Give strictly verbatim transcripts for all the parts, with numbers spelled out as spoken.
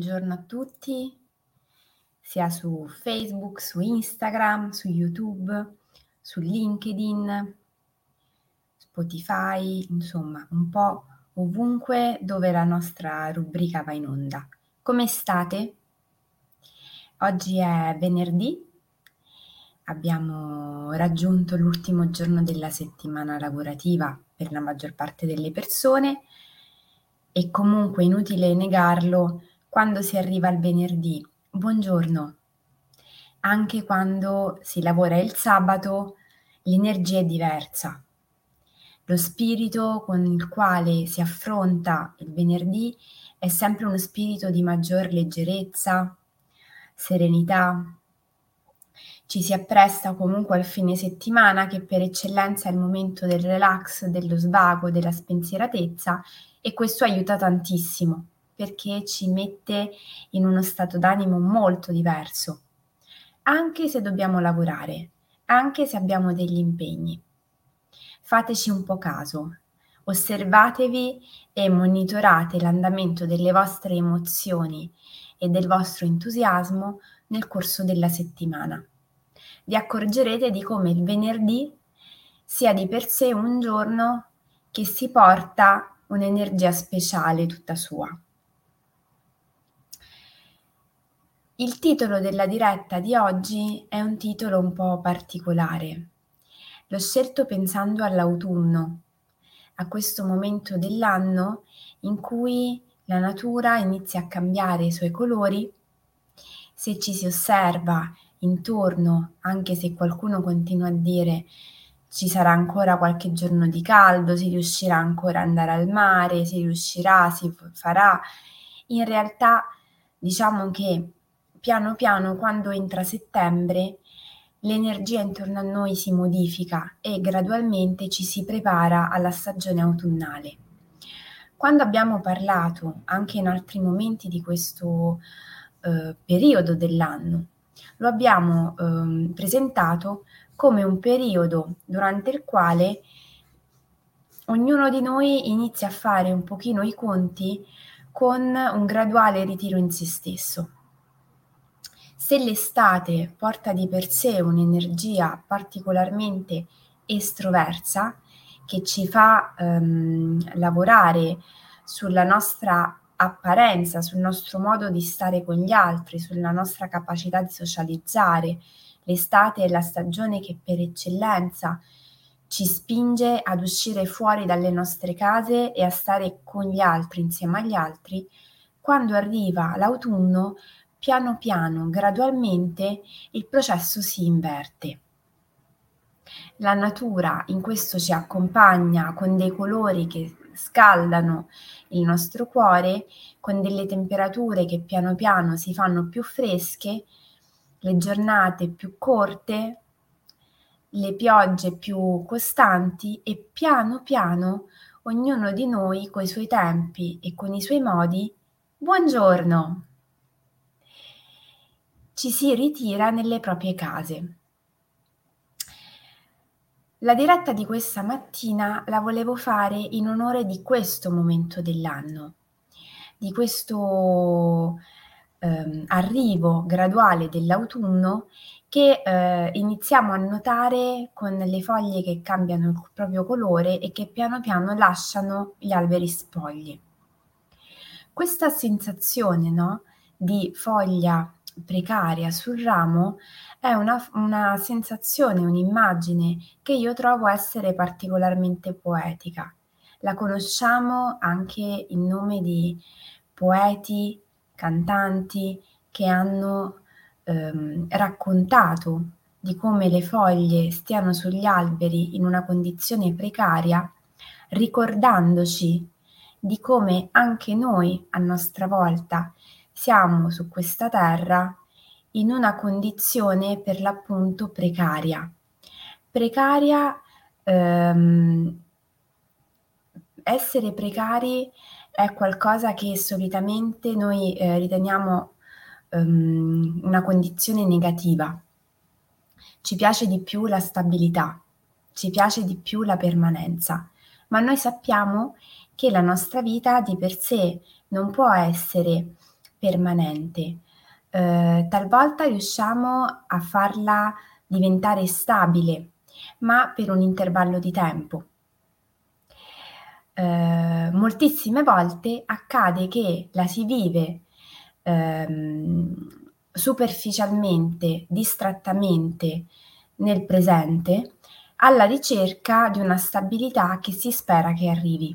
buongiorno a tutti, sia su Facebook, su Instagram, su YouTube, su LinkedIn, Spotify, insomma un po' ovunque dove la nostra rubrica va in onda. Come state? Oggi è venerdì, abbiamo raggiunto l'ultimo giorno della settimana lavorativa per la maggior parte delle persone e comunque inutile negarlo, quando si arriva al venerdì, buongiorno. Anche quando si lavora il sabato, l'energia è diversa. Lo spirito con il quale si affronta il venerdì è sempre uno spirito di maggior leggerezza, serenità. Ci si appresta comunque al fine settimana che per eccellenza è il momento del relax, dello svago, della spensieratezza e questo aiuta tantissimo perché ci mette in uno stato d'animo molto diverso, anche se dobbiamo lavorare, anche se abbiamo degli impegni. Fateci un po' caso, osservatevi e monitorate l'andamento delle vostre emozioni e del vostro entusiasmo nel corso della settimana. Vi accorgerete di come il venerdì sia di per sé un giorno che si porta un'energia speciale tutta sua. Il titolo della diretta di oggi è un titolo un po' particolare. L'ho scelto pensando all'autunno, a questo momento dell'anno in cui la natura inizia a cambiare i suoi colori. Se ci si osserva intorno, anche se qualcuno continua a dire ci sarà ancora qualche giorno di caldo, si riuscirà ancora ad andare al mare, si riuscirà, si farà, in realtà diciamo che piano piano quando entra settembre l'energia intorno a noi si modifica e gradualmente ci si prepara alla stagione autunnale. Quando abbiamo parlato anche in altri momenti di questo eh, periodo dell'anno, lo abbiamo eh, presentato come un periodo durante il quale ognuno di noi inizia a fare un pochino i conti con un graduale ritiro in se stesso. Se l'estate porta di per sé un'energia particolarmente estroversa che ci fa ehm, lavorare sulla nostra apparenza, sul nostro modo di stare con gli altri, sulla nostra capacità di socializzare, l'estate è la stagione che per eccellenza ci spinge ad uscire fuori dalle nostre case e a stare con gli altri, insieme agli altri. Quando arriva l'autunno, piano piano, gradualmente, il processo si inverte. La natura in questo ci accompagna con dei colori che scaldano il nostro cuore, con delle temperature che piano piano si fanno più fresche, le giornate più corte, le piogge più costanti e piano piano ognuno di noi coi suoi tempi e con i suoi modi, buongiorno, ci si ritira nelle proprie case. La diretta di questa mattina la volevo fare in onore di questo momento dell'anno, di questo ehm, arrivo graduale dell'autunno che eh, iniziamo a notare con le foglie che cambiano il proprio colore e che piano piano lasciano gli alberi spogli. Questa sensazione, no, di foglia precaria sul ramo è una, una sensazione, un'immagine che io trovo essere particolarmente poetica. La conosciamo anche in nome di poeti, cantanti che hanno ehm, raccontato di come le foglie stiano sugli alberi in una condizione precaria, ricordandoci di come anche noi, a nostra volta, siamo su questa terra in una condizione per l'appunto precaria. Precaria, ehm, essere precari è qualcosa che solitamente noi eh, riteniamo ehm, una condizione negativa. Ci piace di più la stabilità, ci piace di più la permanenza, ma noi sappiamo che la nostra vita di per sé non può essere permanente. Eh, talvolta riusciamo a farla diventare stabile, ma per un intervallo di tempo. Eh, moltissime volte accade che la si vive ehm, superficialmente, distrattamente nel presente, alla ricerca di una stabilità che si spera che arrivi.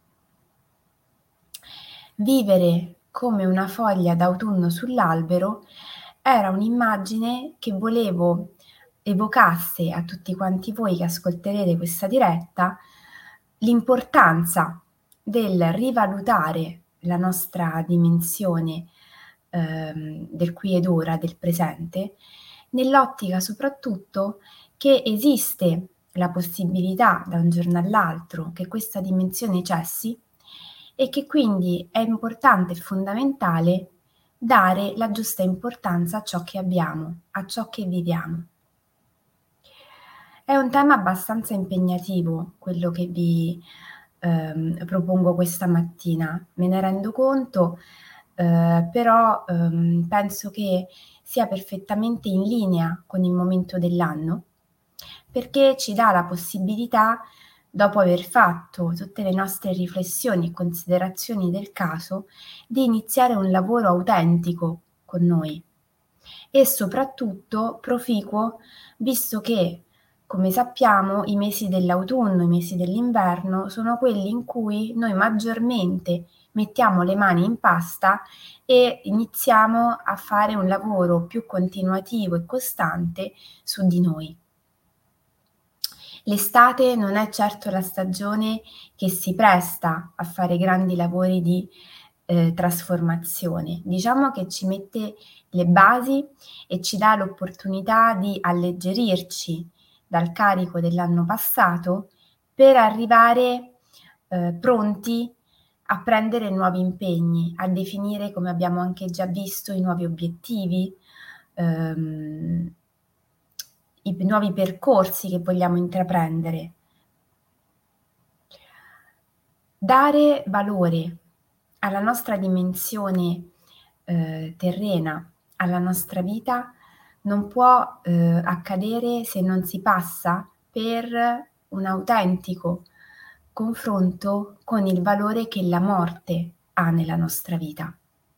Vivere come una foglia d'autunno sull'albero era un'immagine che volevo evocasse a tutti quanti voi che ascolterete questa diretta l'importanza del rivalutare la nostra dimensione ehm, del qui ed ora, del presente, nell'ottica soprattutto che esiste la possibilità da un giorno all'altro che questa dimensione cessi e che quindi è importante e fondamentale dare la giusta importanza a ciò che abbiamo, a ciò che viviamo. È un tema abbastanza impegnativo quello che vi ehm, propongo questa mattina, me ne rendo conto, eh, però ehm, penso che sia perfettamente in linea con il momento dell'anno, perché ci dà la possibilità, dopo aver fatto tutte le nostre riflessioni e considerazioni del caso, di iniziare un lavoro autentico con noi e soprattutto proficuo, visto che, come sappiamo, i mesi dell'autunno, i mesi dell'inverno sono quelli in cui noi maggiormente mettiamo le mani in pasta e iniziamo a fare un lavoro più continuativo e costante su di noi. L'estate non è certo la stagione che si presta a fare grandi lavori di eh, trasformazione. Diciamo che ci mette le basi e ci dà l'opportunità di alleggerirci dal carico dell'anno passato per arrivare eh, pronti a prendere nuovi impegni, a definire, come abbiamo anche già visto, i nuovi obiettivi, ehm, i nuovi percorsi che vogliamo intraprendere. Dare valore alla nostra dimensione eh, terrena, alla nostra vita, non può eh, accadere se non si passa per un autentico confronto con il valore che la morte ha nella nostra vita.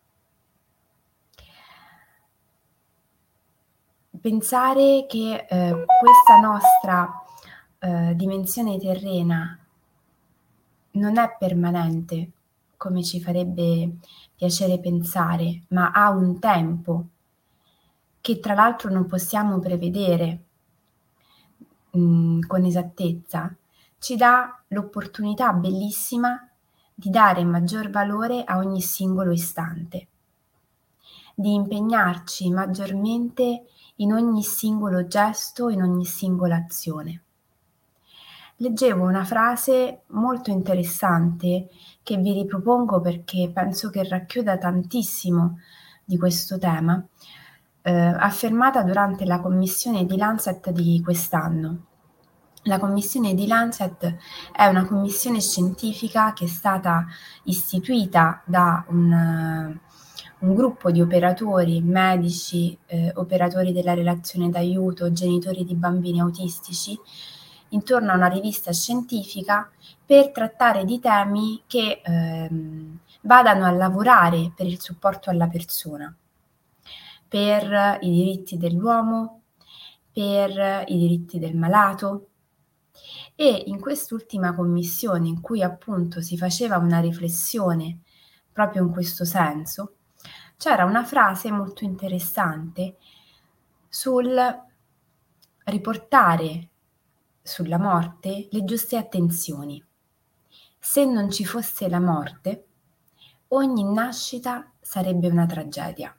Pensare che eh, questa nostra eh, dimensione terrena non è permanente, come ci farebbe piacere pensare, ma ha un tempo che tra l'altro non possiamo prevedere mh, con esattezza, ci dà l'opportunità bellissima di dare maggior valore a ogni singolo istante, di impegnarci maggiormente in ogni singolo gesto, in ogni singola azione. Leggevo una frase molto interessante che vi ripropongo perché penso che racchiuda tantissimo di questo tema, eh, affermata durante la commissione di Lancet di quest'anno. La commissione di Lancet è una commissione scientifica che è stata istituita da un, un gruppo di operatori, medici, eh, operatori della relazione d'aiuto, genitori di bambini autistici, intorno a una rivista scientifica per trattare di temi che ehm, vadano a lavorare per il supporto alla persona, per i diritti dell'uomo, per i diritti del malato. E in quest'ultima commissione, in cui appunto si faceva una riflessione proprio in questo senso, c'era una frase molto interessante sul riportare sulla morte le giuste attenzioni. Se non ci fosse la morte, ogni nascita sarebbe una tragedia.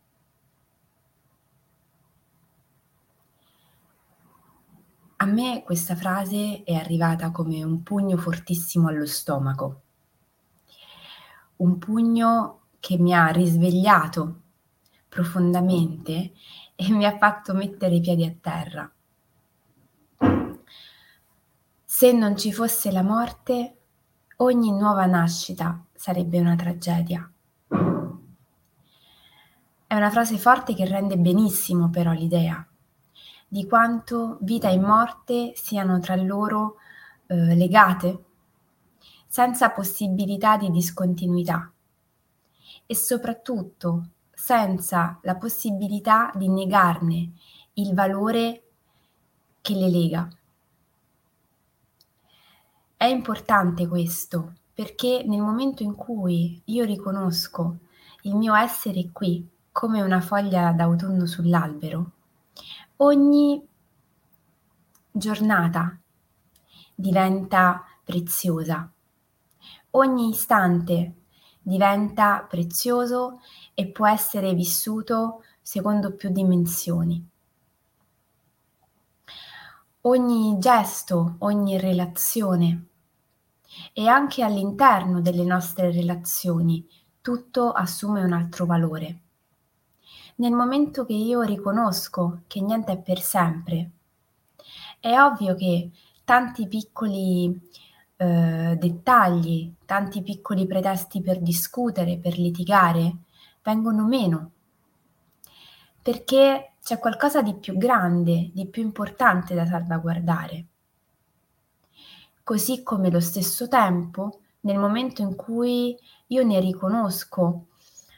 A me questa frase è arrivata come un pugno fortissimo allo stomaco, un pugno che mi ha risvegliato profondamente e mi ha fatto mettere i piedi a terra. Se non ci fosse la morte, ogni nuova nascita sarebbe una tragedia. È una frase forte che rende benissimo però l'idea di quanto vita e morte siano tra loro, uhm, legate, senza possibilità di discontinuità e soprattutto senza la possibilità di negarne il valore che le lega. È importante questo, perché nel momento in cui io riconosco il mio essere qui come una foglia d'autunno sull'albero, ogni giornata diventa preziosa. Ogni istante diventa prezioso e può essere vissuto secondo più dimensioni. Ogni gesto, ogni relazione e anche all'interno delle nostre relazioni tutto assume un altro valore. Nel momento che io riconosco che niente è per sempre, è ovvio che tanti piccoli, uhm, dettagli, tanti piccoli pretesti per discutere, per litigare, vengono meno. Perché c'è qualcosa di più grande, di più importante da salvaguardare. Così come lo stesso tempo, nel momento in cui io ne riconosco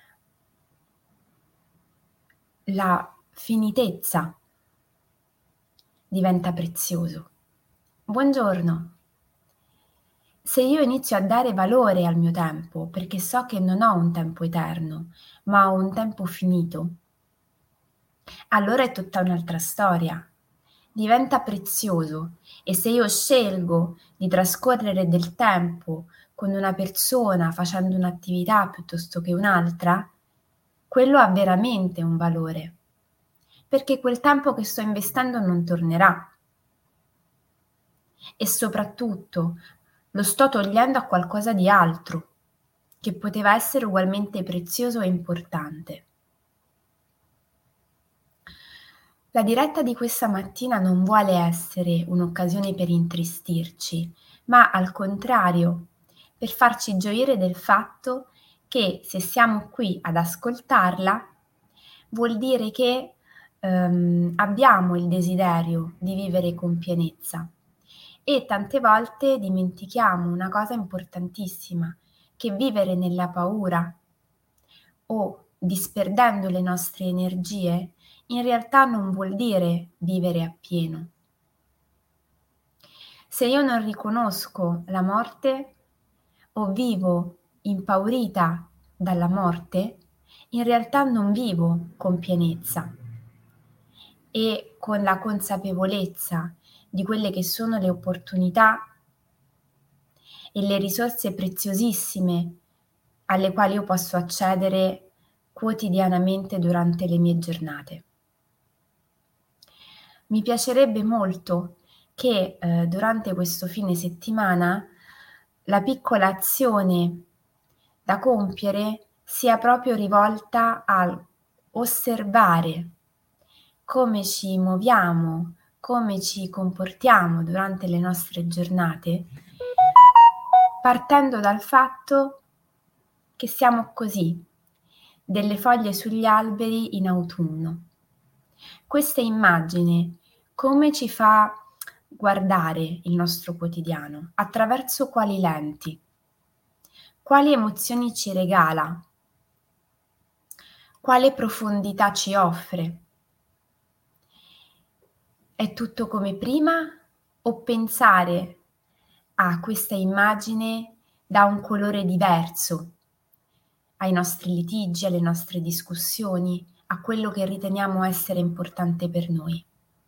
la finitezza diventa prezioso. Buongiorno. Se io inizio a dare valore al mio tempo, perché so che non ho un tempo eterno, ma ho un tempo finito, allora è tutta un'altra storia. Diventa prezioso e se io scelgo di trascorrere del tempo con una persona facendo un'attività piuttosto che un'altra, quello ha veramente un valore, perché quel tempo che sto investendo non tornerà. E soprattutto lo sto togliendo a qualcosa di altro, che poteva essere ugualmente prezioso e importante. La diretta di questa mattina non vuole essere un'occasione per intristirci, ma al contrario, per farci gioire del fatto che se siamo qui ad ascoltarla, vuol dire che, uhm, abbiamo il desiderio di vivere con pienezza e tante volte dimentichiamo una cosa importantissima, che vivere nella paura o disperdendo le nostre energie, in realtà non vuol dire vivere appieno. Se io non riconosco la morte o vivo impaurita dalla morte, in realtà non vivo con pienezza e con la consapevolezza di quelle che sono le opportunità e le risorse preziosissime alle quali io posso accedere quotidianamente durante le mie giornate. Mi piacerebbe molto che, uhm, durante questo fine settimana la piccola azione da compiere sia proprio rivolta al osservare come ci muoviamo, come ci comportiamo durante le nostre giornate, partendo dal fatto che siamo così, delle foglie sugli alberi in autunno. Questa immagine come ci fa guardare il nostro quotidiano? Attraverso quali lenti? Quali emozioni ci regala? Quale profondità ci offre? È tutto come prima o pensare a questa immagine dà un colore diverso ai nostri litigi, alle nostre discussioni, a quello che riteniamo essere importante per noi?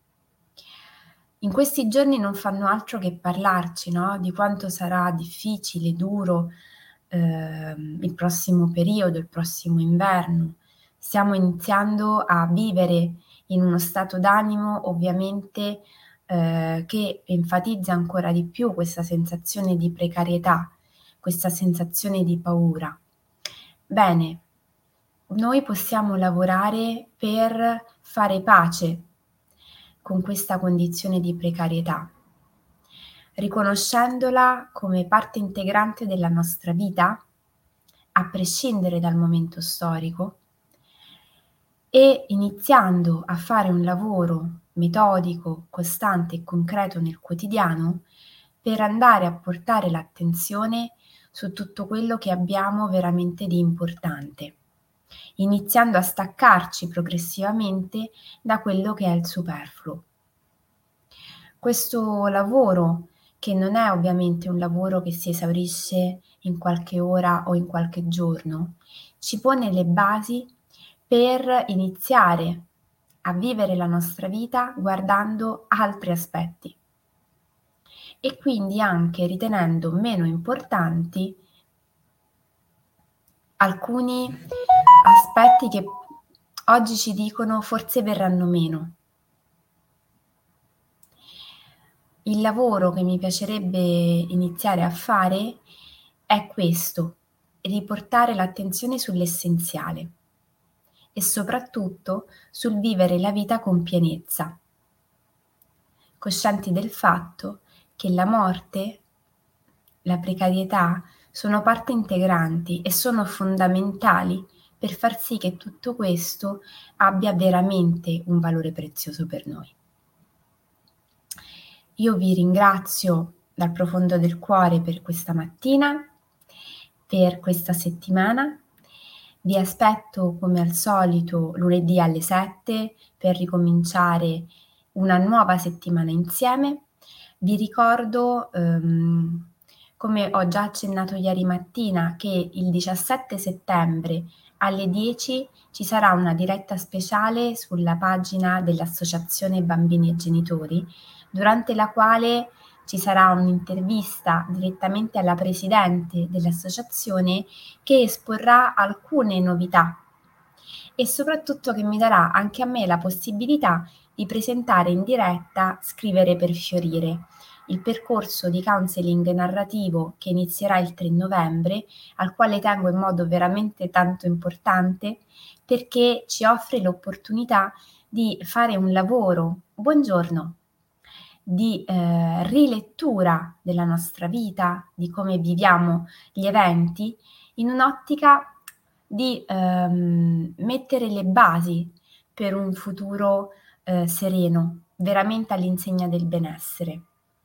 In questi giorni non fanno altro che parlarci, no, di quanto sarà difficile, duro, uhm, il prossimo periodo, il prossimo inverno. Stiamo iniziando a vivere in uno stato d'animo ovviamente, uhm, che enfatizza ancora di più questa sensazione di precarietà, questa sensazione di paura. Bene, noi possiamo lavorare per fare pace con questa condizione di precarietà, riconoscendola come parte integrante della nostra vita, a prescindere dal momento storico, e iniziando a fare un lavoro metodico, costante e concreto nel quotidiano per andare a portare l'attenzione su tutto quello che abbiamo veramente di importante, iniziando a staccarci progressivamente da quello che è il superfluo. Questo lavoro, che non è ovviamente un lavoro che si esaurisce in qualche ora o in qualche giorno, ci pone le basi per iniziare a vivere la nostra vita guardando altri aspetti e quindi anche ritenendo meno importanti alcuni aspetti che oggi ci dicono forse verranno meno. Il lavoro che mi piacerebbe iniziare a fare è questo: riportare l'attenzione sull'essenziale e soprattutto sul vivere la vita con pienezza, coscienti del fatto che la morte, la precarietà sono parte integranti e sono fondamentali per far sì che tutto questo abbia veramente un valore prezioso per noi. Io vi ringrazio dal profondo del cuore per questa mattina, per questa settimana. Vi aspetto come al solito lunedì alle sette per ricominciare una nuova settimana insieme. Vi ricordo, ehm, come ho già accennato ieri mattina, che il diciassette settembre alle dieci ci sarà una diretta speciale sulla pagina dell'Associazione Bambini e Genitori, durante la quale ci sarà un'intervista direttamente alla presidente dell'associazione che esporrà alcune novità e soprattutto che mi darà anche a me la possibilità di presentare in diretta Scrivere per fiorire, il percorso di counseling narrativo che inizierà il tre novembre, al quale tengo in modo veramente tanto importante perché ci offre l'opportunità di fare un lavoro buongiorno, di eh, rilettura della nostra vita, di come viviamo gli eventi, in un'ottica di ehm, mettere le basi per un futuro eh, sereno, veramente all'insegna del benessere.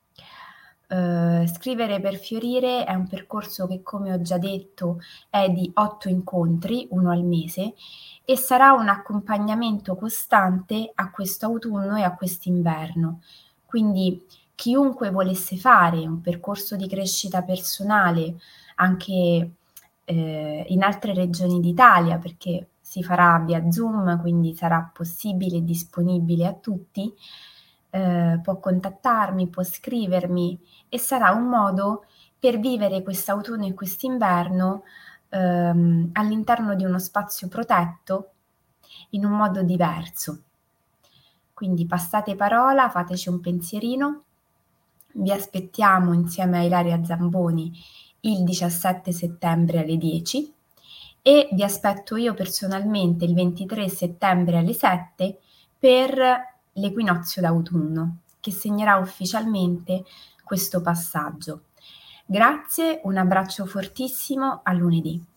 Uh, Scrivere per fiorire è un percorso che, come ho già detto, è di otto incontri, uno al mese, e sarà un accompagnamento costante a questo autunno e a quest'inverno. Quindi chiunque volesse fare un percorso di crescita personale anche eh, in altre regioni d'Italia, perché si farà via Zoom, quindi sarà possibile e disponibile a tutti, eh, può contattarmi, può scrivermi e sarà un modo per vivere quest'autunno e quest'inverno ehm, all'interno di uno spazio protetto in un modo diverso. Quindi passate parola, fateci un pensierino, vi aspettiamo insieme a Ilaria Zamboni il diciassette settembre alle dieci e vi aspetto io personalmente il ventitré settembre alle sette per l'equinozio d'autunno, che segnerà ufficialmente questo passaggio. Grazie, un abbraccio fortissimo, a lunedì.